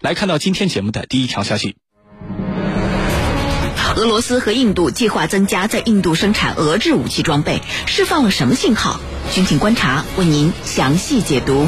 来看到今天节目的第一条消息。 俄罗斯和印度计划增加在印度生产俄制武器装备，释放了什么信号？军情观察为您详细解读。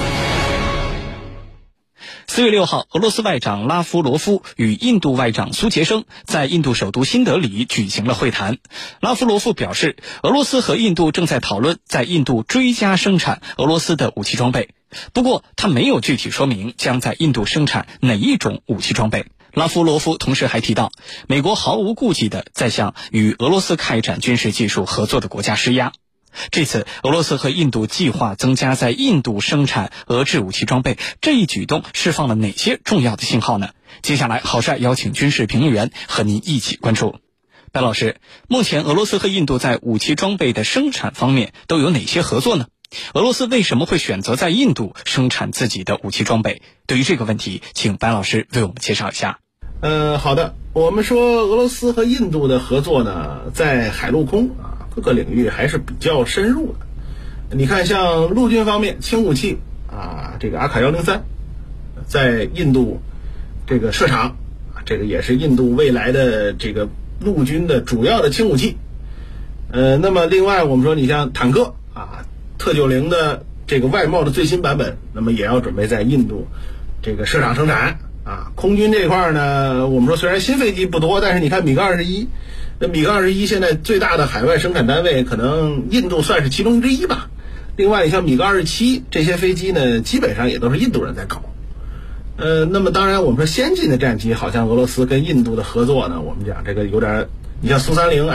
4月6号，俄罗斯外长拉夫罗夫与印度外长苏杰生在印度首都新德里举行了会谈。拉夫罗夫表示，俄罗斯和印度正在讨论在印度追加生产俄罗斯的武器装备，不过他没有具体说明将在印度生产哪一种武器装备。拉夫罗夫同时还提到，美国毫无顾忌地在向与俄罗斯开展军事技术合作的国家施压。这次俄罗斯和印度计划增加在印度生产俄制武器装备，这一举动释放了哪些重要的信号呢？接下来郝帅邀请军事评论员和您一起关注。白老师，目前俄罗斯和印度在武器装备的生产方面都有哪些合作呢？俄罗斯为什么会选择在印度生产自己的武器装备？对于这个问题，请白老师为我们介绍一下。 好的，我们说俄罗斯和印度的合作呢，在海陆空各个领域还是比较深入的。你看，像陆军方面，轻武器这个阿卡103在印度这个设厂，这个也是印度未来的这个陆军的主要的轻武器。那么另外我们说，你像坦克特90的这个外贸的最新版本，那么也要准备在印度这个设厂生产。空军这块呢，我们说虽然新飞机不多，但是你看米格21，那米格21现在最大的海外生产单位，可能印度算是其中之一吧。另外，你像米格27这些飞机呢，基本上也都是印度人在搞。那么当然，我们说先进的战机，好像俄罗斯跟印度的合作呢，我们讲这个有点，你像苏30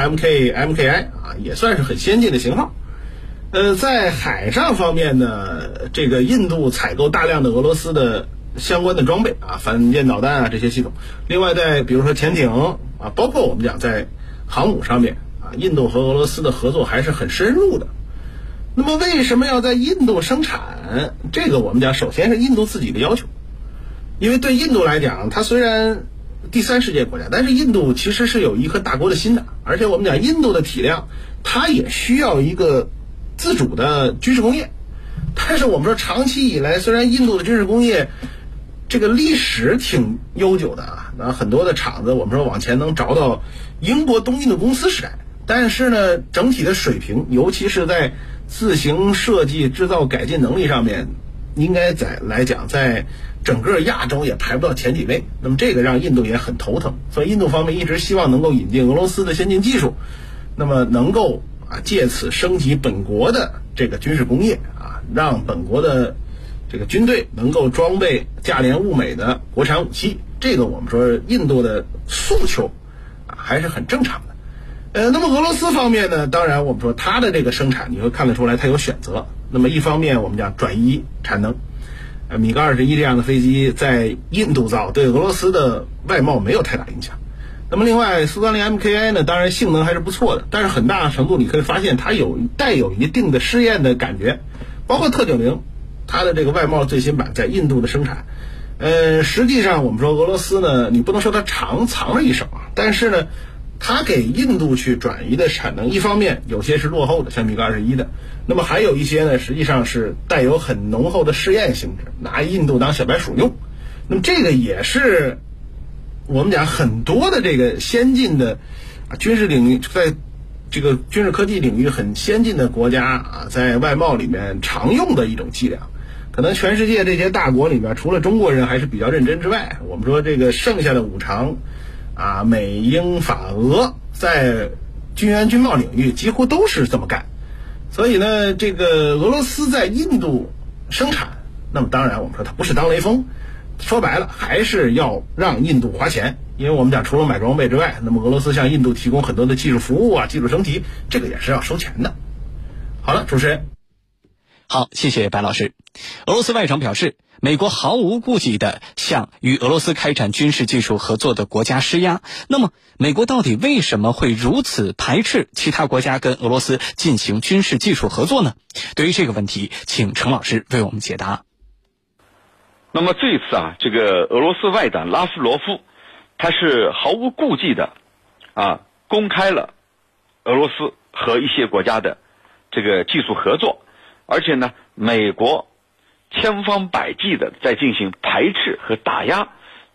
MKI 也算是很先进的型号。在海上方面呢，这个印度采购大量的俄罗斯的相关的装备反舰导弹这些系统。另外在比如说潜艇包括我们讲在航母上面印度和俄罗斯的合作还是很深入的。那么为什么要在印度生产？这个我们讲首先是印度自己的要求。因为对印度来讲，它虽然第三世界国家，但是印度其实是有一颗大国的心的，而且我们讲印度的体量，它也需要一个自主的军事工业。但是我们说长期以来，虽然印度的军事工业这个历史挺悠久的很多的厂子我们说往前能找到英国东印度公司时代，但是呢整体的水平，尤其是在自行设计制造改进能力上面，应该来讲在整个亚洲也排不到前几位。那么这个让印度也很头疼，所以印度方面一直希望能够引进俄罗斯的先进技术，那么能够借此升级本国的这个军事工业让本国的这个军队能够装备价廉物美的国产武器。这个我们说印度的诉求还是很正常的。那么俄罗斯方面呢，当然我们说它的这个生产，你会看得出来它有选择。那么一方面我们讲转移产能，米格21这样的飞机在印度造，对俄罗斯的外贸没有太大影响。那么另外苏30 MKI 呢，当然性能还是不错的，但是很大程度你可以发现它带有一定的试验的感觉。包括特90它的这个外贸最新版在印度的生产，实际上我们说俄罗斯呢，你不能说它藏了一手但是呢它给印度去转移的产能，一方面有些是落后的，像米格21的，那么还有一些呢实际上是带有很浓厚的试验性质，拿印度当小白鼠用。那么这个也是我们讲很多的这个先进的军事领域，在这个军事科技领域很先进的国家在外贸里面常用的一种伎俩。可能全世界这些大国里面，除了中国人还是比较认真之外，我们说这个剩下的五常美英法俄在军援军贸领域几乎都是这么干。所以呢这个俄罗斯在印度生产，那么当然我们说它不是当雷锋，说白了还是要让印度花钱。因为我们讲除了买装备之外，那么俄罗斯向印度提供很多的技术服务技术升级，这个也是要收钱的。好了，主持人。 好，谢谢白老师。俄罗斯外长表示，美国毫无顾忌地向与俄罗斯开展军事技术合作的国家施压。那么美国到底为什么会如此排斥其他国家跟俄罗斯进行军事技术合作呢？对于这个问题，请程老师为我们解答。 那么这一次这个俄罗斯外长拉夫罗夫他是毫无顾忌的公开了俄罗斯和一些国家的这个技术合作，而且呢美国千方百计的在进行排斥和打压，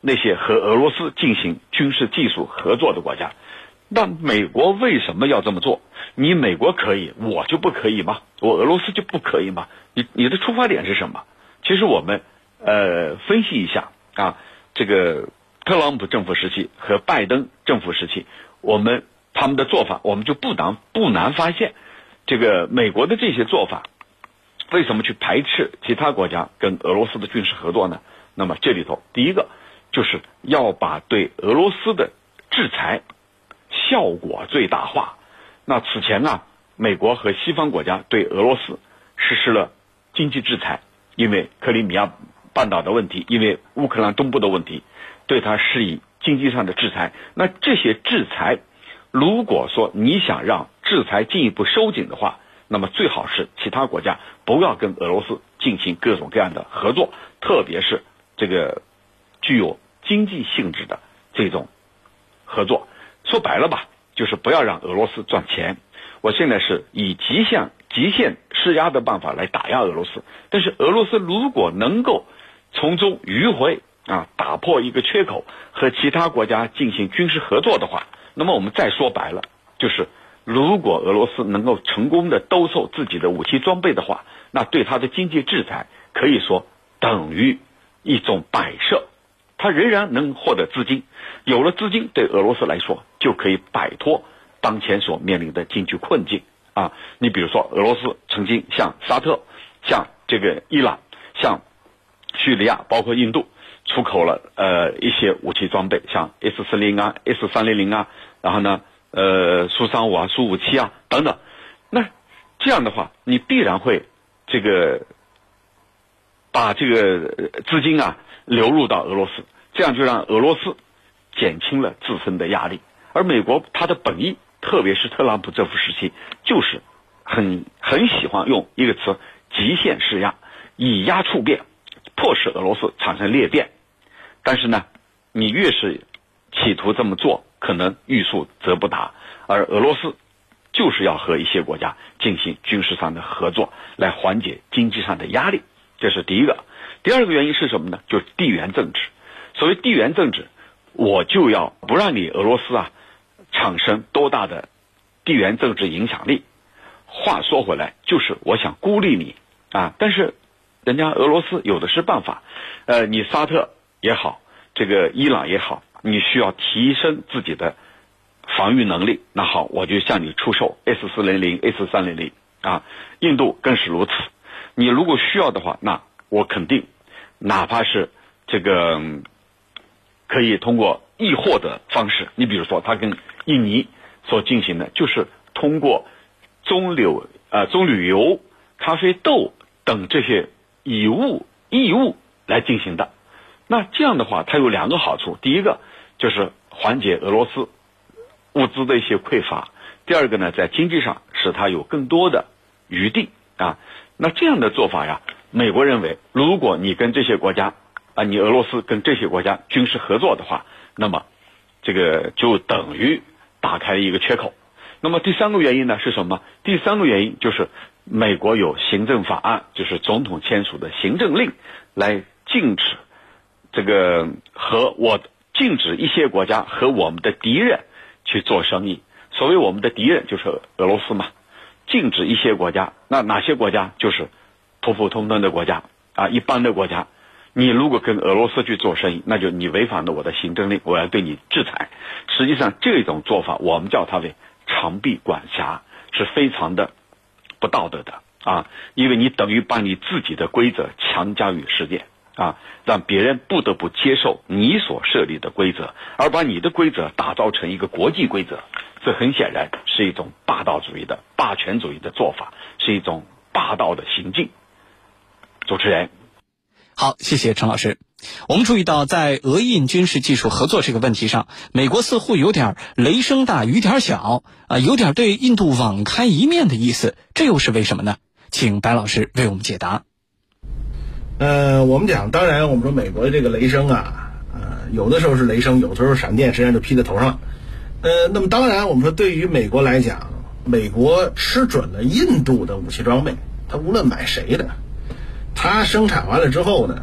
那些和俄罗斯进行军事技术合作的国家。那美国为什么要这么做？你美国可以，我就不可以吗？我俄罗斯就不可以吗？你的出发点是什么？其实我们分析一下啊，这个特朗普政府时期和拜登政府时期，他们的做法，我们就不难发现，这个美国的这些做法为什么去排斥其他国家跟俄罗斯的军事合作呢？那么这里头第一个就是要把对俄罗斯的制裁效果最大化。那此前啊，美国和西方国家对俄罗斯实施了经济制裁，因为克里米亚半岛的问题，因为乌克兰东部的问题，对它施以经济上的制裁。那这些制裁，如果说你想让制裁进一步收紧的话，那么最好是其他国家不要跟俄罗斯进行各种各样的合作，特别是这个具有经济性质的这种合作。说白了吧，就是不要让俄罗斯赚钱。我现在是以极限施压的办法来打压俄罗斯，但是俄罗斯如果能够从中迂回啊，打破一个缺口，和其他国家进行军事合作的话，那么我们再说白了，就是如果俄罗斯能够成功的兜售自己的武器装备的话，那对它的经济制裁可以说等于一种摆设，它仍然能获得资金，有了资金，对俄罗斯来说就可以摆脱当前所面临的经济困境啊。你比如说，俄罗斯曾经向沙特、向这个伊朗、向叙利亚，包括印度出口了一些武器装备，像 S-40啊、S-300啊，然后呢苏-35啊、苏-57啊等等。那这样的话，你必然会这个把这个资金啊流入到俄罗斯，这样就让俄罗斯减轻了自身的压力。而美国它的本意，特别是特朗普政府时期，就是很喜欢用一个词，极限施压，以压促变，迫使俄罗斯产生裂变。但是呢，你越是企图这么做，可能欲速则不达，而俄罗斯就是要和一些国家进行军事上的合作，来缓解经济上的压力。这是第一个。第二个原因是什么呢？就是地缘政治。所谓地缘政治，我就要不让你俄罗斯啊产生多大的地缘政治影响力。话说回来，就是我想孤立你啊，但是人家俄罗斯有的是办法。你沙特也好，这个伊朗也好，你需要提升自己的防御能力，那好，我就向你出售 S-400、S-300啊，印度更是如此。你如果需要的话，那我肯定哪怕是这个可以通过易货的方式，你比如说他跟印尼所进行的就是通过棕榈油、咖啡豆等这些异物来进行的。那这样的话，它有两个好处，第一个就是缓解俄罗斯物资的一些匮乏，第二个呢，在经济上使它有更多的余地啊。那这样的做法呀，美国认为，如果你跟这些国家啊，你俄罗斯跟这些国家军事合作的话，那么这个就等于打开了一个缺口。那么第三个原因呢是什么？第三个原因就是美国有行政法案，就是总统签署的行政令，来禁止禁止一些国家和我们的敌人去做生意。所谓我们的敌人就是俄罗斯嘛，禁止一些国家。那哪些国家？就是普普通通的国家啊，一般的国家。你如果跟俄罗斯去做生意，那就你违反了我的行政令，我要对你制裁。实际上这种做法，我们叫它为长臂管辖，是非常的不道德的啊！因为你等于把你自己的规则强加于世界啊，让别人不得不接受你所设立的规则，而把你的规则打造成一个国际规则，这很显然是一种霸道主义的霸权主义的做法，是一种霸道的行径。主持人， 好，谢谢陈老师。我们注意到，在俄印军事技术合作这个问题上，美国似乎有点雷声大雨点小啊，有点对印度网开一面的意思，这又是为什么呢？请白老师为我们解答。 我们讲，当然我们说美国的这个雷声啊，有的时候是雷声，有的时候是闪电，实际上就劈在头上了。那么当然我们说对于美国来讲，美国吃准了印度的武器装备，他无论买谁的，他生产完了之后呢，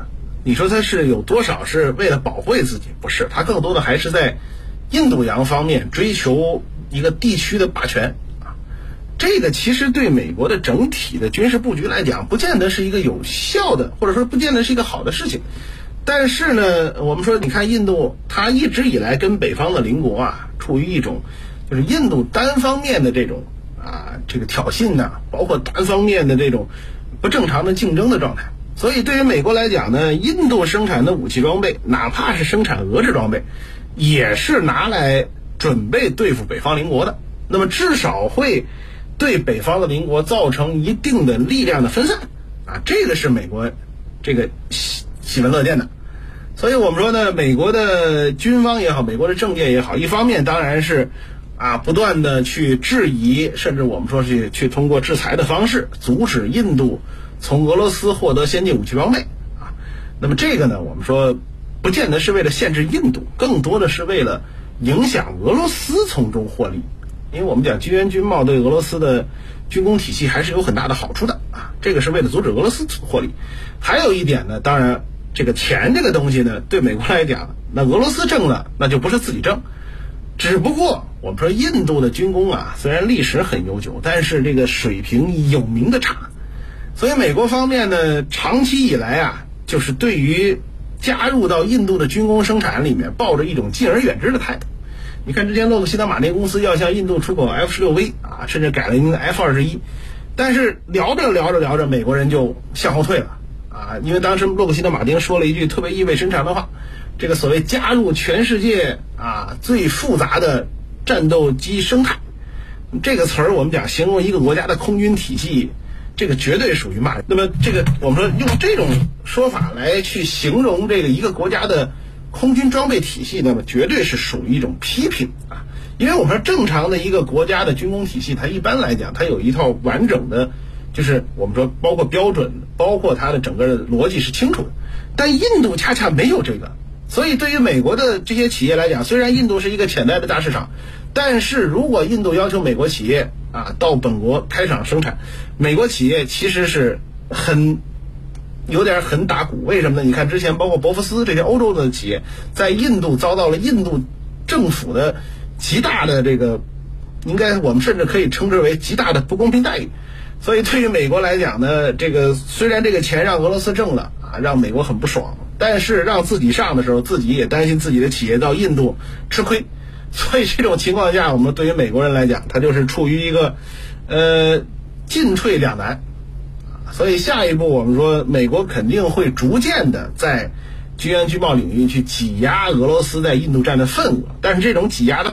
你说它是有多少是为了保卫自己？不是，它更多的还是在印度洋方面追求一个地区的霸权啊。这个其实对美国的整体的军事布局来讲，不见得是一个有效的，或者说不见得是一个好的事情。但是呢，我们说，你看印度，它一直以来跟北方的邻国啊，处于一种就是印度单方面的这种这个挑衅呐，包括单方面的这种不正常的竞争的状态。所以对于美国来讲呢，印度生产的武器装备，哪怕是生产俄制装备，也是拿来准备对付北方邻国的。那么至少会对北方的邻国造成一定的力量的分散这个是美国这个喜闻乐见的。所以我们说呢，美国的军方也好，美国的政界也好，一方面当然是不断的去质疑，甚至我们说去通过制裁的方式阻止印度从俄罗斯获得先进武器装备那么这个呢，我们说不见得是为了限制印度，更多的是为了影响俄罗斯从中获利。因为我们讲军援军贸对俄罗斯的军工体系还是有很大的好处的这个是为了阻止俄罗斯获利。还有一点呢，当然这个钱这个东西呢，对美国来讲，那俄罗斯挣了，那就不是自己挣。只不过我们说印度的军工虽然历史很悠久，但是这个水平有名的差。所以美国方面呢，长期以来就是对于加入到印度的军工生产里面，抱着一种敬而远之的态度。你看之前洛克希德马丁公司要向印度出口 F-16V 甚至改了一个 F-21，但是聊着，美国人就向后退了因为当时洛克希德马丁说了一句特别意味深长的话，这个所谓加入全世界最复杂的战斗机生态，这个词儿我们讲形容一个国家的空军体系，这个绝对属于骂人。那么这个我们说用这种说法来去形容这个一个国家的空军装备体系，那么绝对是属于一种批评因为我们说正常的一个国家的军工体系，它一般来讲它有一套完整的，就是我们说包括标准，包括它的整个的逻辑是清楚的。但印度恰恰没有这个，所以对于美国的这些企业来讲，虽然印度是一个潜在的大市场，但是如果印度要求美国企业到本国开厂生产，美国企业其实是有点很打鼓。为什么呢？你看之前包括博福斯这些欧洲的企业在印度遭到了印度政府的极大的这个，应该我们甚至可以称之为极大的不公平待遇。所以对于美国来讲呢，这个虽然这个钱让俄罗斯挣了让美国很不爽，但是让自己上的时候，自己也担心自己的企业到印度吃亏。所以这种情况下，我们对于美国人来讲，他就是处于一个进退两难。所以下一步我们说，美国肯定会逐渐的在军援军贸领域去挤压俄罗斯在印度占的份额，但是这种挤压的